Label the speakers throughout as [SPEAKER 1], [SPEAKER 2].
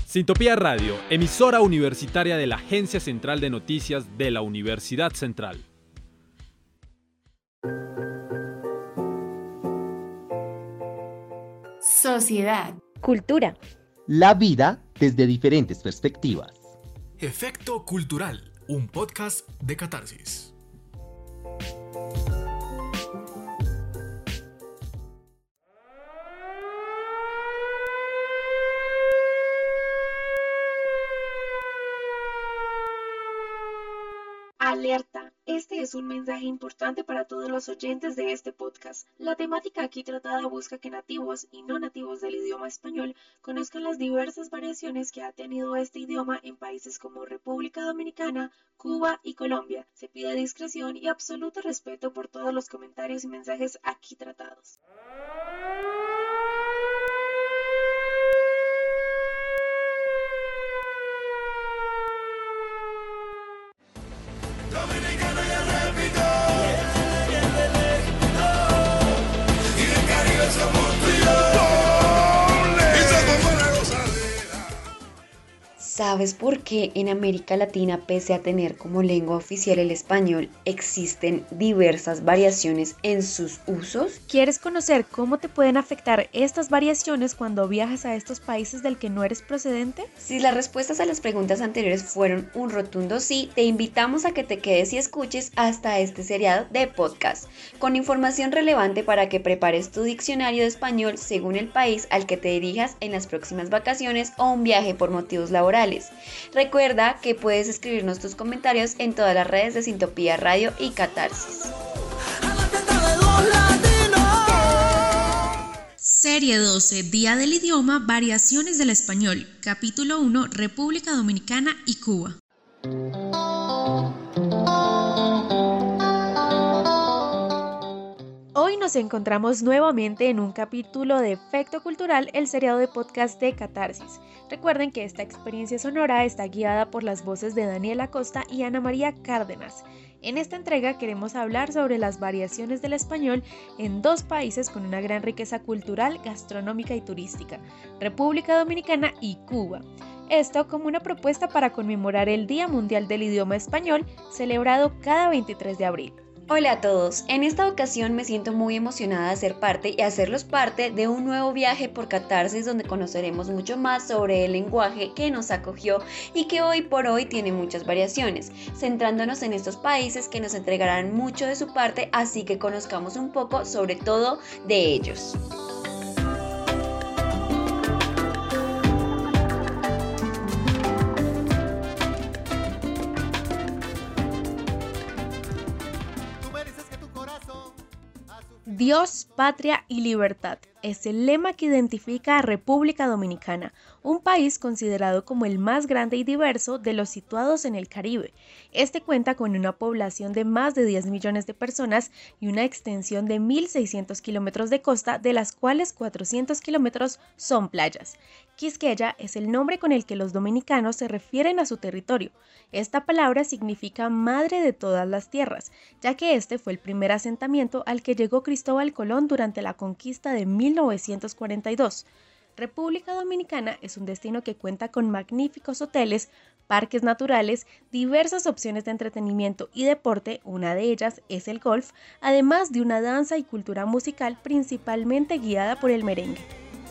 [SPEAKER 1] Sintopía Radio, emisora universitaria de la Agencia Central de Noticias de la Universidad Central.
[SPEAKER 2] Sociedad.
[SPEAKER 3] Cultura.
[SPEAKER 4] La vida desde diferentes perspectivas.
[SPEAKER 5] Efecto Cultural, un podcast de Catarsis.
[SPEAKER 6] Alerta, este es un mensaje importante para todos los oyentes de este podcast. La temática aquí tratada busca que nativos y no nativos del idioma español conozcan las diversas variaciones que ha tenido este idioma en países como República Dominicana, Cuba y Colombia. Se pide discreción y absoluto respeto por todos los comentarios y mensajes aquí tratados.
[SPEAKER 3] ¿Sabes por qué en América Latina, pese a tener como lengua oficial el español, existen diversas variaciones en sus usos?
[SPEAKER 7] ¿Quieres conocer cómo te pueden afectar estas variaciones cuando viajas a estos países del que no eres procedente?
[SPEAKER 3] Si las respuestas a las preguntas anteriores fueron un rotundo sí, te invitamos a que te quedes y escuches hasta este seriado de podcast, con información relevante para que prepares tu diccionario de español según el país al que te dirijas en las próximas vacaciones o un viaje por motivos laborales. Recuerda que puedes escribirnos tus comentarios en todas las redes de Sintopía Radio y Catarsis.
[SPEAKER 2] Serie 12, Día del Idioma, Variaciones del Español, Capítulo 1, República Dominicana y Cuba.
[SPEAKER 7] Hoy nos encontramos nuevamente en un capítulo de Efecto Cultural, el seriado de podcast de Catarsis. Recuerden que esta experiencia sonora está guiada por las voces de Daniela Costa y Ana María Cárdenas. En esta entrega queremos hablar sobre las variaciones del español en dos países con una gran riqueza cultural, gastronómica y turística, República Dominicana y Cuba. Esto como una propuesta para conmemorar el Día Mundial del Idioma Español, celebrado cada 23 de abril.
[SPEAKER 3] Hola a todos, en esta ocasión me siento muy emocionada de ser parte y hacerlos parte de un nuevo viaje por Catarsis donde conoceremos mucho más sobre el lenguaje que nos acogió y que hoy por hoy tiene muchas variaciones, centrándonos en estos países que nos entregarán mucho de su parte, así que conozcamos un poco sobre todo de ellos.
[SPEAKER 7] Dios, patria y libertad es el lema que identifica a República Dominicana, un país considerado como el más grande y diverso de los situados en el Caribe. Este cuenta con una población de más de 10 millones de personas y una extensión de 1.600 kilómetros de costa, de las cuales 400 kilómetros son playas. Quisqueya es el nombre con el que los dominicanos se refieren a su territorio. Esta palabra significa madre de todas las tierras, ya que este fue el primer asentamiento al que llegó Cristóbal Colón durante la conquista de 1942. República Dominicana es un destino que cuenta con magníficos hoteles, parques naturales, diversas opciones de entretenimiento y deporte, una de ellas es el golf, además de una danza y cultura musical principalmente guiada por el merengue.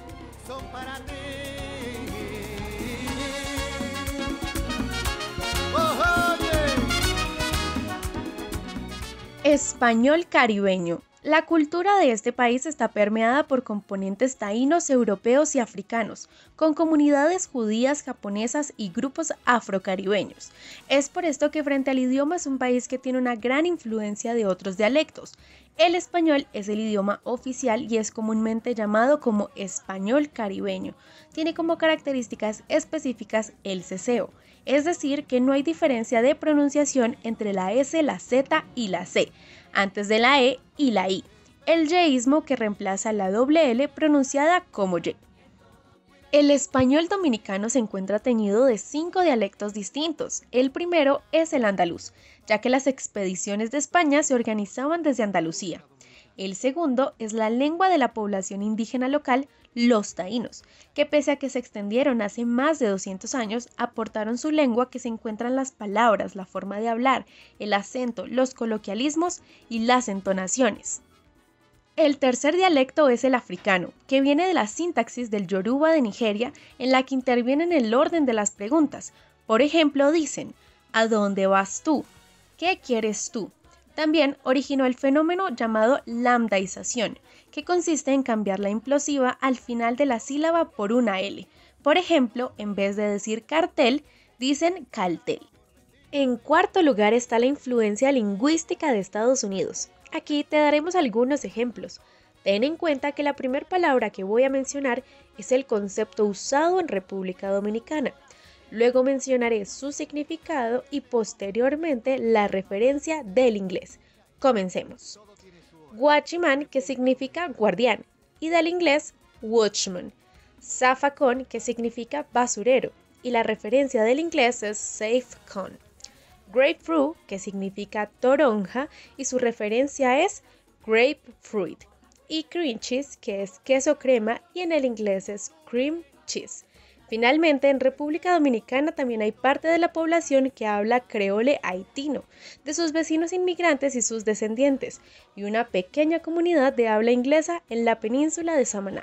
[SPEAKER 7] Español caribeño. La cultura de este país está permeada por componentes taínos, europeos y africanos, con comunidades judías, japonesas y grupos afrocaribeños. Es por esto que frente al idioma es un país que tiene una gran influencia de otros dialectos. El español es el idioma oficial y es comúnmente llamado como español caribeño. Tiene como características específicas el ceseo, es decir, que no hay diferencia de pronunciación entre la S, la Z y la C, antes de la E y la I. El yeísmo que reemplaza la doble L pronunciada como Y. El español dominicano se encuentra teñido de 5 dialectos distintos. El primero es el andaluz, ya que las expediciones de España se organizaban desde Andalucía. El segundo es la lengua de la población indígena local, los taínos, que pese a que se extendieron hace más de 200 años, aportaron su lengua que se encuentra en las palabras, la forma de hablar, el acento, los coloquialismos y las entonaciones. El tercer dialecto es el africano, que viene de la sintaxis del Yoruba de Nigeria, en la que intervienen el orden de las preguntas. Por ejemplo, dicen, ¿a dónde vas tú? ¿Qué quieres tú? También originó el fenómeno llamado lambdaización, que consiste en cambiar la implosiva al final de la sílaba por una L. Por ejemplo, en vez de decir cartel, dicen caltel. En cuarto lugar está la influencia lingüística de Estados Unidos. Aquí te daremos algunos ejemplos. Ten en cuenta que la primera palabra que voy a mencionar es el concepto usado en República Dominicana. Luego mencionaré su significado y posteriormente la referencia del inglés. Comencemos. Watchman, que significa guardián, y del inglés watchman. Zafacón, que significa basurero, y la referencia del inglés es safecon. Grapefruit, que significa toronja, y su referencia es grapefruit. Y cream cheese, que es queso crema, y en el inglés es cream cheese. Finalmente, en República Dominicana también hay parte de la población que habla creole haitino, de sus vecinos inmigrantes y sus descendientes, y una pequeña comunidad de habla inglesa en la península de Samaná.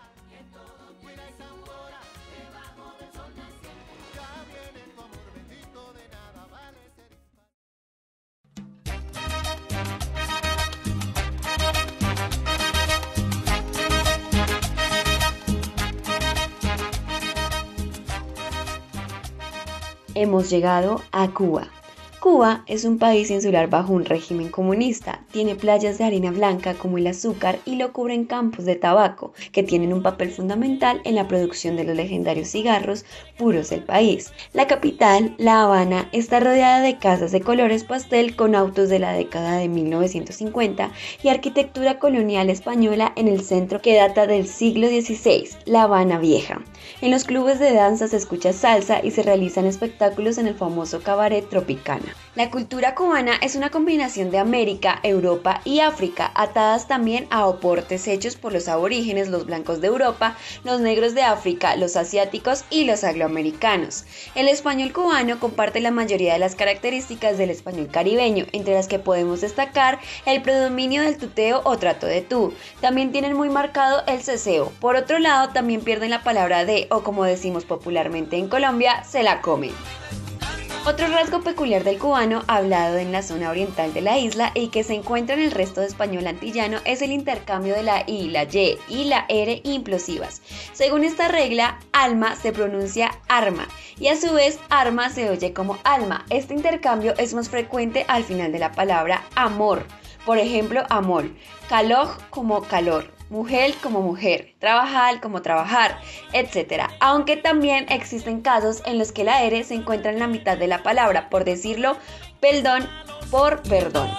[SPEAKER 3] Hemos llegado a Cuba. Cuba es un país insular bajo un régimen comunista. Tiene playas de arena blanca como el azúcar y lo cubren campos de tabaco, que tienen un papel fundamental en la producción de los legendarios cigarros puros del país. La capital, La Habana, está rodeada de casas de colores pastel con autos de la década de 1950 y arquitectura colonial española en el centro que data del siglo XVI, La Habana Vieja. En los clubes de danza se escucha salsa y se realizan espectáculos en el famoso cabaret Tropicana. La cultura cubana es una combinación de América, Europa y África, atadas también a aportes hechos por los aborígenes, los blancos de Europa, los negros de África, los asiáticos y los angloamericanos. El español cubano comparte la mayoría de las características del español caribeño, entre las que podemos destacar el predominio del tuteo o trato de tú. También tienen muy marcado el ceseo. Por otro lado, también pierden la palabra de, o como decimos popularmente en Colombia, se la comen. Otro rasgo peculiar del cubano, hablado en la zona oriental de la isla y que se encuentra en el resto de español antillano, es el intercambio de la I, la Y y la R implosivas. Según esta regla, alma se pronuncia arma y a su vez arma se oye como alma. Este intercambio es más frecuente al final de la palabra amor. Por ejemplo, amor, calor como calor, mujer como mujer, trabajar como trabajar, etc. Aunque también existen casos en los que la R se encuentra en la mitad de la palabra, por decirlo, perdón por perdón.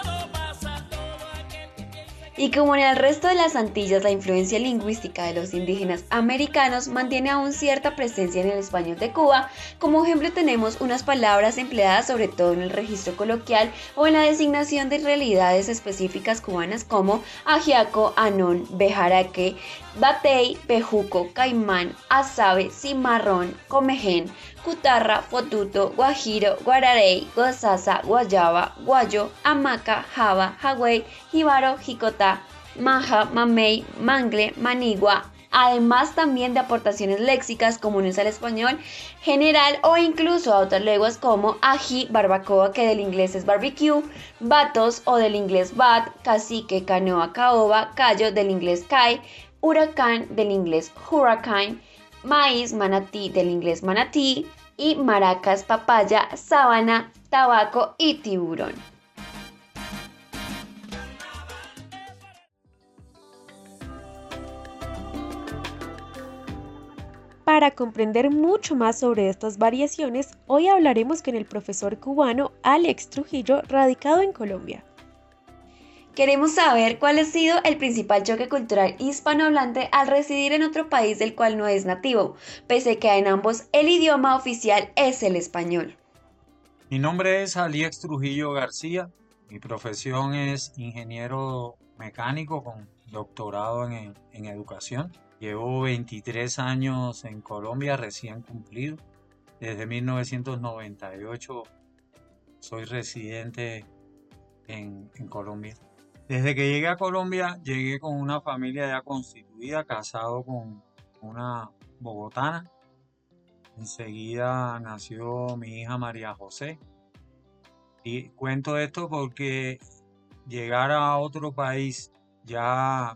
[SPEAKER 3] Y como en el resto de las Antillas, la influencia lingüística de los indígenas americanos mantiene aún cierta presencia en el español de Cuba. Como ejemplo tenemos unas palabras empleadas sobre todo en el registro coloquial o en la designación de realidades específicas cubanas como ajiaco, anón, bejaraque, batey, bejuco, caimán, azabe, cimarrón, comején, cutarra, fotuto, guajiro, guararey, gozasa, guayaba, guayo, hamaca, java, jagüey, jíbaro, jicotá, maja, mamey, mangle, manigua, además también de aportaciones léxicas comunes al español general o incluso a otras lenguas como ají, barbacoa, que del inglés es barbecue, batos o del inglés bat, cacique, canoa, caoba, callo del inglés kai, huracán del inglés hurricane, maíz, manatí del inglés manatí y maracas, papaya, sábana, tabaco y tiburón.
[SPEAKER 7] Para comprender mucho más sobre estas variaciones, hoy hablaremos con el profesor cubano Alex Trujillo, radicado en Colombia.
[SPEAKER 3] Queremos saber cuál ha sido el principal choque cultural hispanohablante al residir en otro país del cual no es nativo, pese a que en ambos el idioma oficial es el español.
[SPEAKER 8] Mi nombre es Alex Trujillo García, mi profesión es ingeniero mecánico con doctorado en educación. Llevo 23 años en Colombia recién cumplido. Desde 1998 soy residente en Colombia. Desde que llegué a Colombia, llegué con una familia ya constituida, casado con una bogotana. Enseguida nació mi hija María José. Y cuento esto porque llegar a otro país ya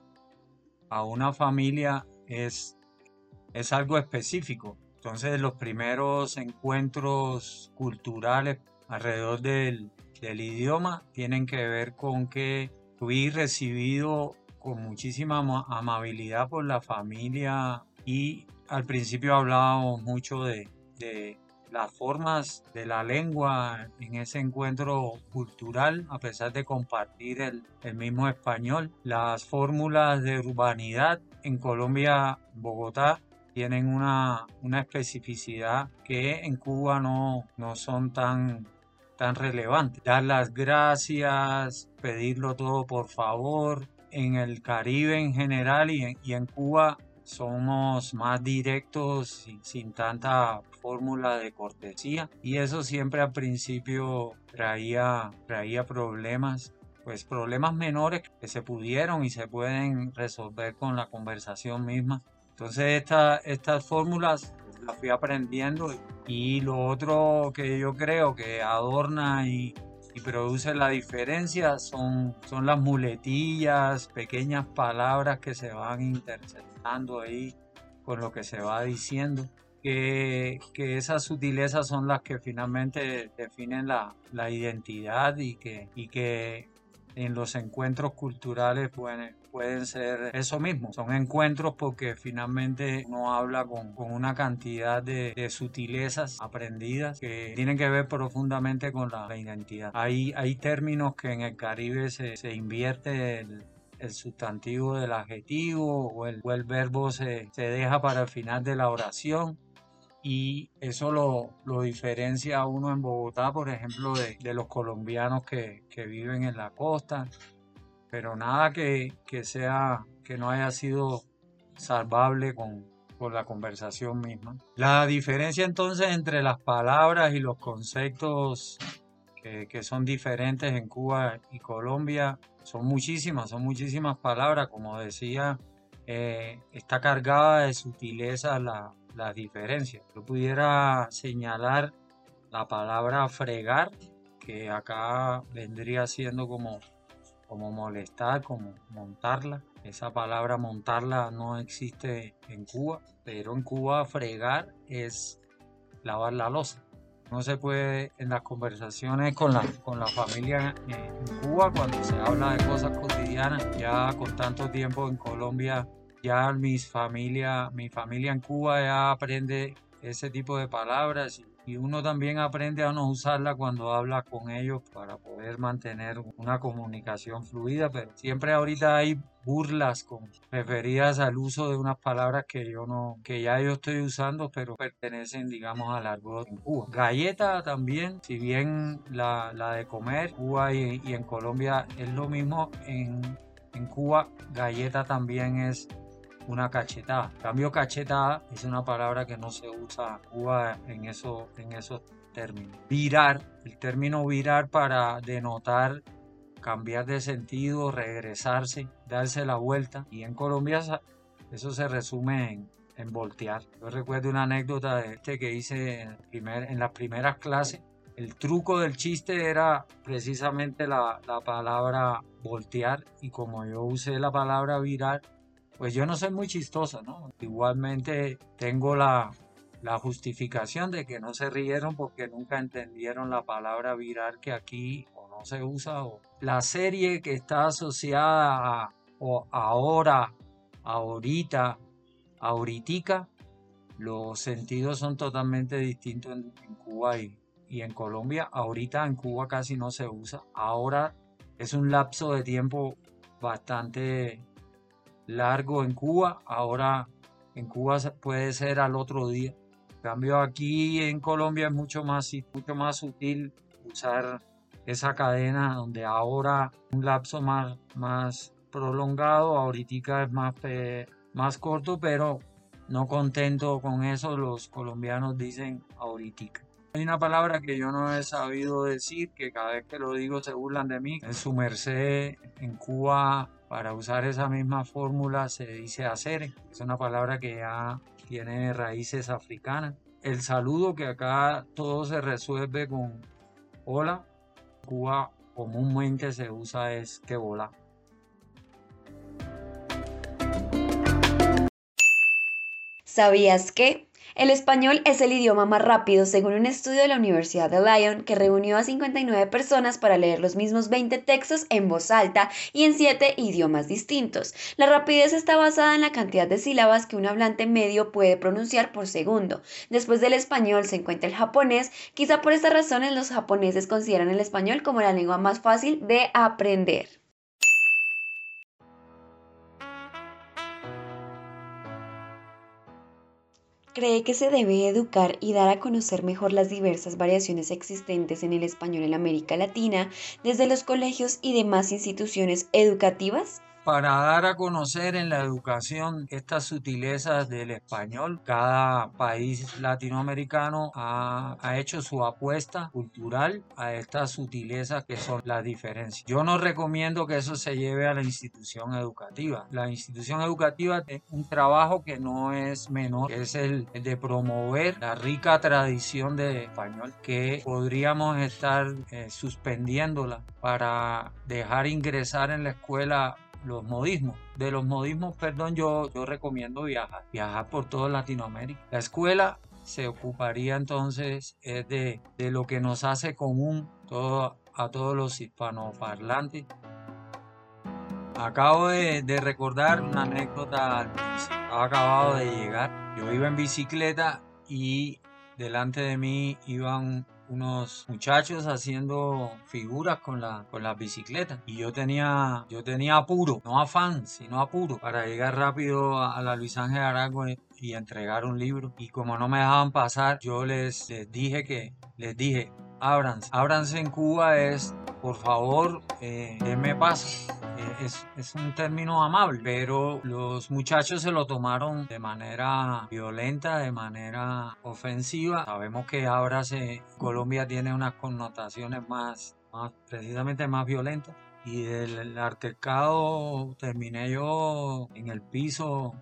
[SPEAKER 8] a una familia es algo específico. Entonces los primeros encuentros culturales alrededor del idioma tienen que ver con que fui recibido con muchísima amabilidad por la familia y al principio hablábamos mucho de las formas de la lengua en ese encuentro cultural, a pesar de compartir el mismo español. Las fórmulas de urbanidad en Colombia, Bogotá, tienen una especificidad que en Cuba no son tan relevantes. Dar las gracias, pedirlo todo por favor. En el Caribe en general y en Cuba somos más directos sin tanta fórmula de cortesía, y eso siempre al principio traía problemas, pues problemas menores que se pudieron y se pueden resolver con la conversación misma. Entonces estas fórmulas las fui aprendiendo, y lo otro que yo creo que adorna y produce la diferencia son las muletillas, pequeñas palabras que se van interceptando ahí con lo que se va diciendo, que esas sutilezas son las que finalmente definen la identidad y que en los encuentros culturales pueden ser eso mismo. Son encuentros porque finalmente uno habla con una cantidad de sutilezas aprendidas que tienen que ver profundamente con la identidad. Hay términos que en el Caribe se invierte el sustantivo del adjetivo o el verbo se deja para el final de la oración. Y eso lo diferencia a uno en Bogotá, por ejemplo, de los colombianos que viven en la costa, pero nada que no haya sido salvable con la conversación misma. La diferencia entonces entre las palabras y los conceptos que son diferentes en Cuba y Colombia son muchísimas palabras. Como decía, está cargada de sutileza las diferencias. Yo pudiera señalar la palabra fregar, que acá vendría siendo como molestar, como montarla. Esa palabra montarla no existe en Cuba, pero en Cuba fregar es lavar la loza. No se puede, en las conversaciones con la familia en Cuba, cuando se habla de cosas cotidianas, ya con tanto tiempo en Colombia, ya mi familia en Cuba ya aprende ese tipo de palabras, y uno también aprende a no usarla cuando habla con ellos para poder mantener una comunicación fluida. Pero siempre ahorita hay burlas referidas al uso de unas palabras que ya yo estoy usando, pero pertenecen, digamos, al argot en Cuba. Galleta también, si bien la de comer, Cuba y en Colombia es lo mismo, en Cuba galleta también es una cachetada. En cambio, cachetada es una palabra que no se usa en Cuba en esos términos. Virar, el término virar para denotar cambiar de sentido, regresarse, darse la vuelta, y en Colombia eso se resume en voltear. Yo recuerdo una anécdota que hice en las primeras clases. El truco del chiste era precisamente la palabra voltear, y como yo usé la palabra virar, pues yo no soy muy chistoso, ¿no? Igualmente tengo la justificación de que no se rieron porque nunca entendieron la palabra virar, que aquí o no se usa, o la serie que está asociada a o ahora, ahorita, ahoritica. Los sentidos son totalmente distintos en Cuba y en Colombia. Ahorita en Cuba casi no se usa. Ahora es un lapso de tiempo bastante largo en Cuba. Ahora en Cuba puede ser al otro día. En cambio aquí en Colombia es mucho más sutil usar esa cadena donde ahora un lapso más prolongado, ahorita es más corto, pero no contento con eso, los colombianos dicen ahoritica. Hay una palabra que yo no he sabido decir, que cada vez que lo digo se burlan de mí, es su merced. En Cuba, para usar esa misma fórmula, se dice hacer. Es una palabra que ya tiene raíces africanas. El saludo, que acá todo se resuelve con hola, en Cuba comúnmente se usa es que bola.
[SPEAKER 3] ¿Sabías que? El español es el idioma más rápido según un estudio de la Universidad de Lyon que reunió a 59 personas para leer los mismos 20 textos en voz alta y en 7 idiomas distintos. La rapidez está basada en la cantidad de sílabas que un hablante medio puede pronunciar por segundo. Después del español se encuentra el japonés. Quizá por estas razones los japoneses consideran el español como la lengua más fácil de aprender. ¿Cree que se debe educar y dar a conocer mejor las diversas variaciones existentes en el español en América Latina desde los colegios y demás instituciones educativas?
[SPEAKER 8] Para dar a conocer en la educación estas sutilezas del español, cada país latinoamericano ha hecho su apuesta cultural a estas sutilezas que son las diferencias. Yo no recomiendo que eso se lleve a la institución educativa. La institución educativa tiene un trabajo que no es menor, que es el de promover la rica tradición del español, que podríamos estar suspendiéndola para dejar ingresar en la escuela los modismos. De los modismos, yo recomiendo viajar por toda Latinoamérica. La escuela se ocuparía entonces de lo que nos hace común a todos los hispanoparlantes. Acabo de recordar una anécdota al principio. Estaba acabado de llegar. Yo iba en bicicleta y delante de mí iban unos muchachos haciendo figuras con las bicicletas, y yo tenía apuro, no afán, sino apuro para llegar rápido a la Luis Ángel Arango y entregar un libro. Y como no me dejaban pasar, yo les dije, ábranse en Cuba es, por favor, denme paso. Es un término amable, pero los muchachos se lo tomaron de manera violenta, de manera ofensiva. Sabemos que Colombia tiene unas connotaciones precisamente más violentas, y del altercado terminé yo en el piso.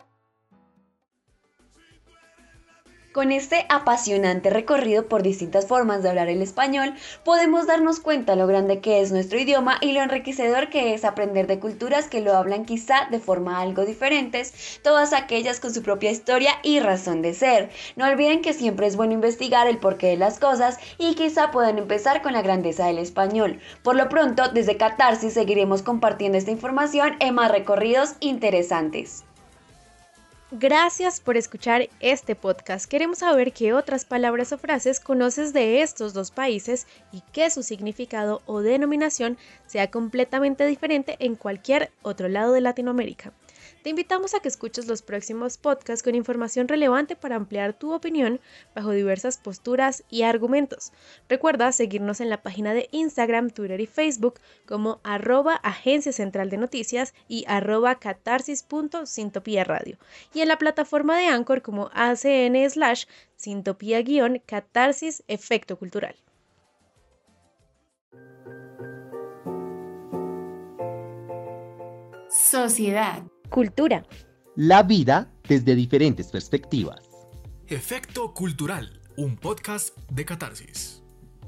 [SPEAKER 3] Con este apasionante recorrido por distintas formas de hablar el español, podemos darnos cuenta lo grande que es nuestro idioma y lo enriquecedor que es aprender de culturas que lo hablan quizá de forma algo diferentes, todas aquellas con su propia historia y razón de ser. No olviden que siempre es bueno investigar el porqué de las cosas y quizá puedan empezar con la grandeza del español. Por lo pronto, desde Catarsis seguiremos compartiendo esta información en más recorridos interesantes.
[SPEAKER 7] Gracias por escuchar este podcast. Queremos saber qué otras palabras o frases conoces de estos dos países y que su significado o denominación sea completamente diferente en cualquier otro lado de Latinoamérica. Te invitamos a que escuches los próximos podcasts con información relevante para ampliar tu opinión bajo diversas posturas y argumentos. Recuerda seguirnos en la página de Instagram, Twitter y Facebook como @Agencia Central de Noticias y @catarsis.sintopiaradio, y en la plataforma de Anchor como acn/sintopía-catarsis efecto cultural.
[SPEAKER 2] Sociedad. Cultura.
[SPEAKER 4] La vida desde diferentes perspectivas.
[SPEAKER 5] Efecto Cultural, un podcast de Catarsis.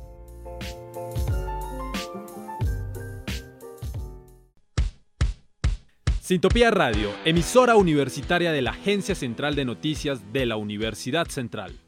[SPEAKER 1] Sintopía Radio, emisora universitaria de la Agencia Central de Noticias de la Universidad Central.